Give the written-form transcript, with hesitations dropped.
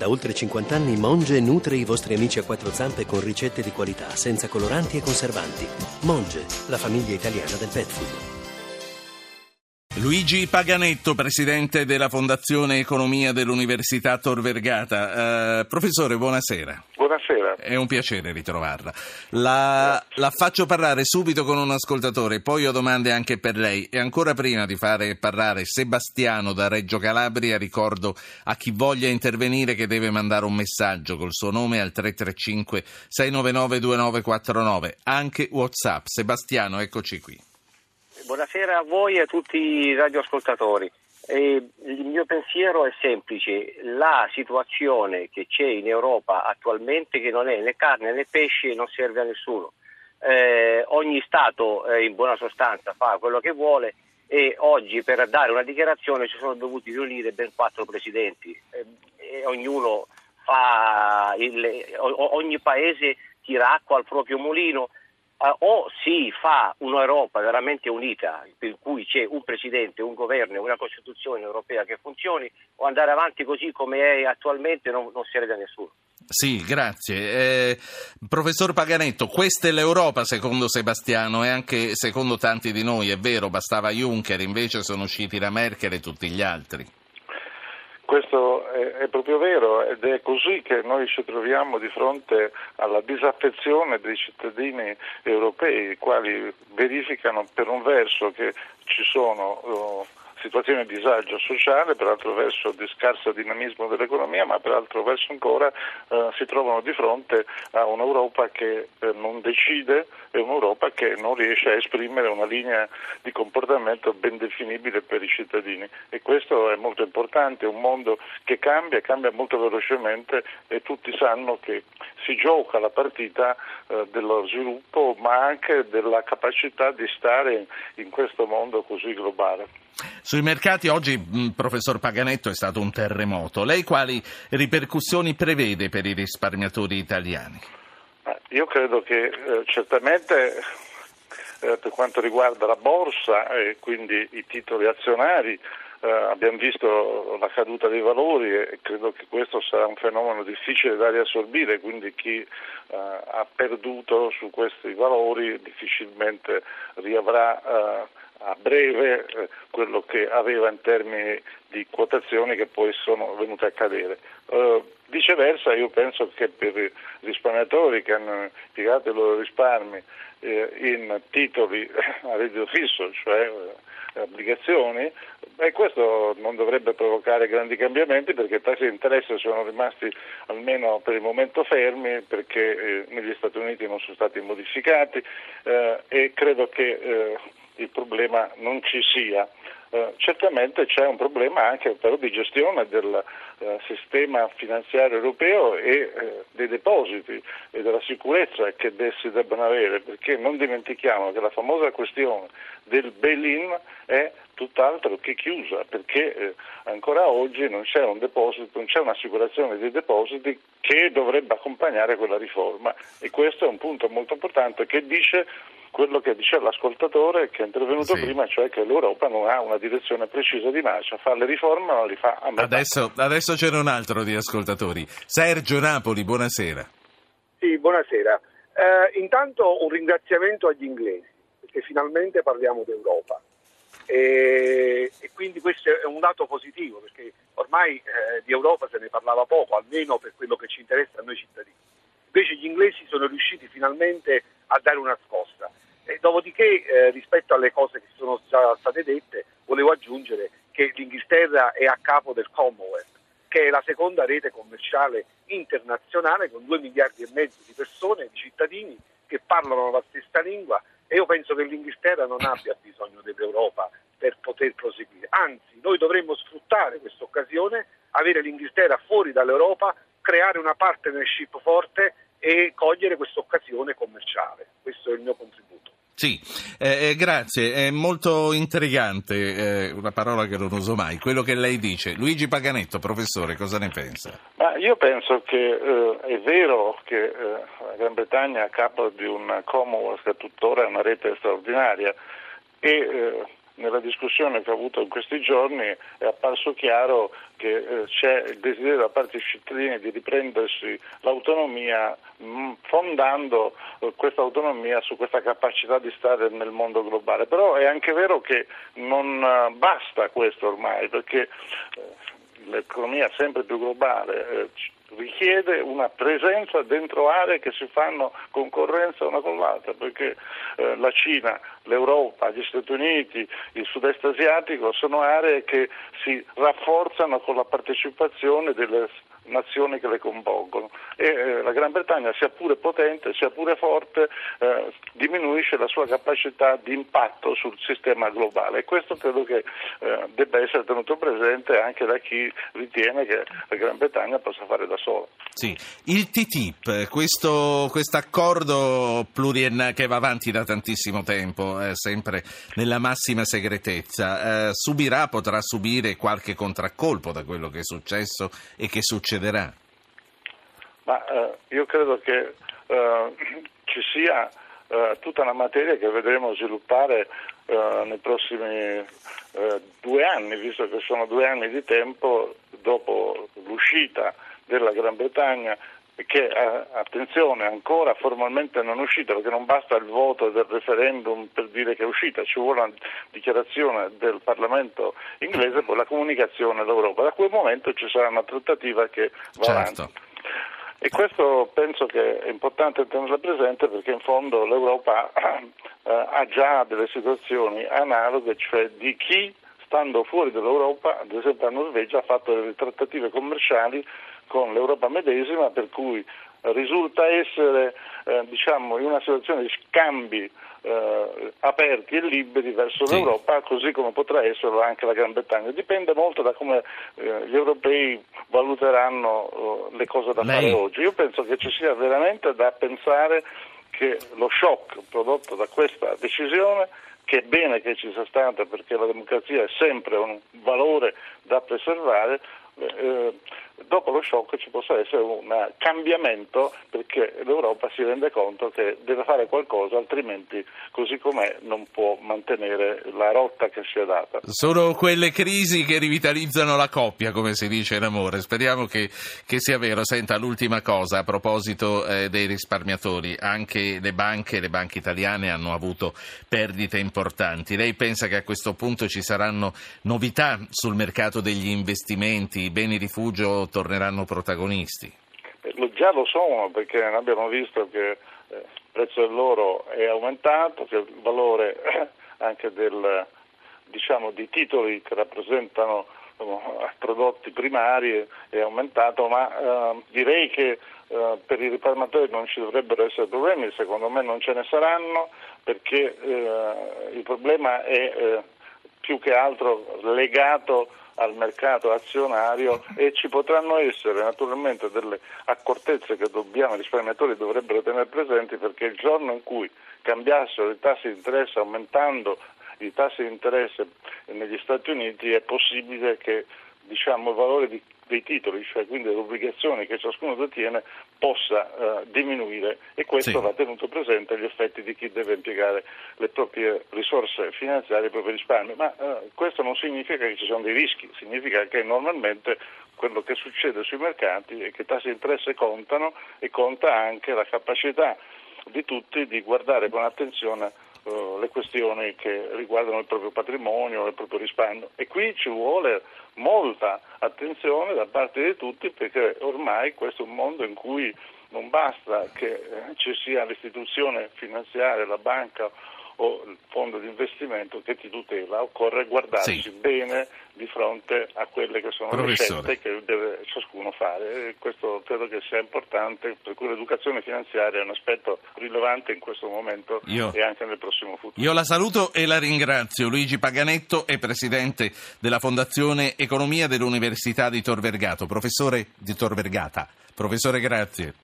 Da oltre 50 anni Monge nutre i vostri amici a quattro zampe con ricette di qualità, senza coloranti e conservanti. Monge, la famiglia italiana del pet food. Luigi Paganetto, presidente della Fondazione Economia dell'Università Tor Vergata. Professore, buonasera. Buonasera. È un piacere ritrovarla. La faccio parlare subito con un ascoltatore, poi ho domande anche per lei. E ancora prima di fare parlare Sebastiano da Reggio Calabria, ricordo a chi voglia intervenire che deve mandare un messaggio col suo nome al 335 699 2949, anche WhatsApp. Sebastiano, eccoci qui. Buonasera a voi e a tutti i radioascoltatori. Il mio pensiero è semplice: la situazione che c'è in Europa attualmente, che non è né carne né pesce, non serve a nessuno. Ogni Stato in buona sostanza fa quello che vuole e oggi per dare una dichiarazione ci sono dovuti riunire ben 4 presidenti e ognuno ogni paese tira acqua al proprio mulino. O si fa un'Europa veramente unita, per cui c'è un presidente, un governo e una Costituzione europea che funzioni, o andare avanti così come è attualmente non serve a nessuno. Sì, grazie. Professor Paganetto, questa è l'Europa secondo Sebastiano e anche secondo tanti di noi, è vero, bastava Juncker, invece sono usciti la Merkel e tutti gli altri. Questo è proprio vero ed è così che noi ci troviamo di fronte alla disaffezione dei cittadini europei, i quali verificano per un verso che ci sono situazioni di disagio sociale, per altro verso di scarso dinamismo dell'economia, ma per altro verso ancora si trovano di fronte a un'Europa che non decide e un'Europa che non riesce a esprimere una linea di comportamento ben definibile per i cittadini. E questo è molto importante, un mondo che cambia molto velocemente e tutti sanno che si gioca la partita dello sviluppo, ma anche della capacità di stare in questo mondo così globale. Sui mercati oggi, professor Paganetto, è stato un terremoto. Lei quali ripercussioni prevede per i risparmiatori italiani? Io credo che certamente per quanto riguarda la borsa e quindi i titoli azionari abbiamo visto la caduta dei valori e credo che questo sarà un fenomeno difficile da riassorbire, quindi chi ha perduto su questi valori difficilmente riavrà a breve quello che aveva in termini di quotazioni che poi sono venute a cadere. Viceversa io penso che per i risparmiatori che hanno impiegato i loro risparmi in titoli a reddito fisso, cioè obbligazioni, questo non dovrebbe provocare grandi cambiamenti perché i tassi di interesse sono rimasti almeno per il momento fermi perché negli Stati Uniti non sono stati modificati e credo che il problema non ci sia. Certamente c'è un problema anche però di gestione del sistema finanziario europeo e dei depositi e della sicurezza che essi debbano avere, perché non dimentichiamo che la famosa questione del bail-in è tutt'altro che chiusa, perché ancora oggi non c'è un deposito, non c'è un'assicurazione dei depositi che dovrebbe accompagnare quella riforma e questo è un punto molto importante che dice quello che dice l'ascoltatore che è intervenuto prima, cioè che l'Europa non ha una direzione precisa di marcia, fa le riforme ma non li fa a metà. Adesso c'era un altro di ascoltatori. Sergio Napoli, buonasera. Sì, buonasera. Intanto un ringraziamento agli inglesi, perché finalmente parliamo d'Europa. E quindi questo è un dato positivo, perché ormai di Europa se ne parlava poco, almeno per quello che ci interessa a noi cittadini. Invece gli inglesi sono riusciti finalmente a dare una scossa. E dopodiché, rispetto alle cose che sono già state dette, volevo aggiungere che l'Inghilterra è a capo del Commonwealth, che è la seconda rete commerciale internazionale con 2 miliardi e mezzo di persone, di cittadini che parlano la stessa lingua e io penso che l'Inghilterra non abbia bisogno dell'Europa per poter proseguire. Anzi, noi dovremmo sfruttare questa occasione, avere l'Inghilterra fuori dall'Europa, creare una partnership forte e cogliere questa occasione commerciale. Questo è il mio contributo. Sì, grazie, è molto intrigante, una parola che non uso mai, quello che lei dice. Luigi Paganetto, professore, cosa ne pensa? Ma io penso che è vero che la Gran Bretagna è a capo di un Commonwealth che tuttora è una rete straordinaria e nella discussione che ho avuto in questi giorni è apparso chiaro che c'è il desiderio da parte dei cittadini di riprendersi l'autonomia, fondando questa autonomia su questa capacità di stare nel mondo globale. Però è anche vero che non basta questo ormai, perché l'economia sempre più globale richiede una presenza dentro aree che si fanno concorrenza una con l'altra, perché la Cina, l'Europa, gli Stati Uniti, il sud-est asiatico sono aree che si rafforzano con la partecipazione delle nazioni che le compongono, e la Gran Bretagna, sia pure potente, sia pure forte, diminuisce la sua capacità di impatto sul sistema globale, e questo credo che debba essere tenuto presente anche da chi ritiene che la Gran Bretagna possa fare da sola. Sì, il TTIP, questo accordo pluriennale che va avanti da tantissimo tempo, sempre nella massima segretezza, potrà subire qualche contraccolpo da quello che è successo e che succederà? Ma io credo che ci sia tutta una materia che vedremo sviluppare nei prossimi 2 anni, visto che sono 2 anni di tempo dopo l'uscita della Gran Bretagna, che attenzione, ancora formalmente non è uscita, perché non basta il voto del referendum per dire che è uscita, ci vuole una dichiarazione del Parlamento inglese e poi la comunicazione all'Europa. Da quel momento ci sarà una trattativa che va avanti. E questo penso che è importante tenerla presente, perché in fondo l'Europa ha già delle situazioni analoghe, cioè di chi, stando fuori dall'Europa, ad esempio la Norvegia, ha fatto delle trattative commerciali con l'Europa medesima, per cui risulta essere in una situazione di scambi aperti e liberi verso l'Europa, così come potrà esserlo anche la Gran Bretagna. Dipende molto da come gli europei valuteranno le cose da fare oggi. Io penso che ci sia veramente da pensare che lo shock prodotto da questa decisione, che è bene che ci sia stata, perché la democrazia è sempre un valore da preservare, dopo lo shock ci possa essere un cambiamento, perché l'Europa si rende conto che deve fare qualcosa, altrimenti così com'è non può mantenere la rotta che si è data. Sono quelle crisi che rivitalizzano la coppia, come si dice in amore. Speriamo che sia vero. Senta, l'ultima cosa a proposito dei risparmiatori: anche le banche italiane hanno avuto perdite importanti. Lei pensa che a questo punto ci saranno novità sul mercato degli investimenti? I beni rifugio torneranno protagonisti? Già lo sono, perché abbiamo visto che il prezzo dell'oro è aumentato, che il valore anche di titoli che rappresentano prodotti primari è aumentato, ma direi che per i risparmiatori non ci dovrebbero essere problemi. Secondo me non ce ne saranno, perché il problema è più che altro legato al mercato azionario, e ci potranno essere naturalmente delle accortezze che i risparmiatori dovrebbero tenere presenti, perché il giorno in cui cambiassero i tassi di interesse, aumentando i tassi di interesse negli Stati Uniti, è possibile che il valore dei titoli, cioè quindi le obbligazioni che ciascuno detiene, possa diminuire, e questo va tenuto presente agli effetti di chi deve impiegare le proprie risorse finanziarie, i propri risparmi. Ma questo non significa che ci sono dei rischi, significa che normalmente quello che succede sui mercati è che i tassi di interesse contano, e conta anche la capacità di tutti di guardare con attenzione le questioni che riguardano il proprio patrimonio, il proprio risparmio, e qui ci vuole molta attenzione da parte di tutti, perché ormai questo è un mondo in cui non basta che ci sia l'istituzione finanziaria, la banca o il fondo di investimento che ti tutela, occorre guardarsi bene di fronte a quelle che sono le scelte che deve ciascuno fare, e questo credo che sia importante, per cui l'educazione finanziaria è un aspetto rilevante in questo momento e anche nel prossimo futuro. Io la saluto e la ringrazio. Luigi Paganetto è presidente della Fondazione Economia dell'Università di Tor Vergata. Professore, grazie.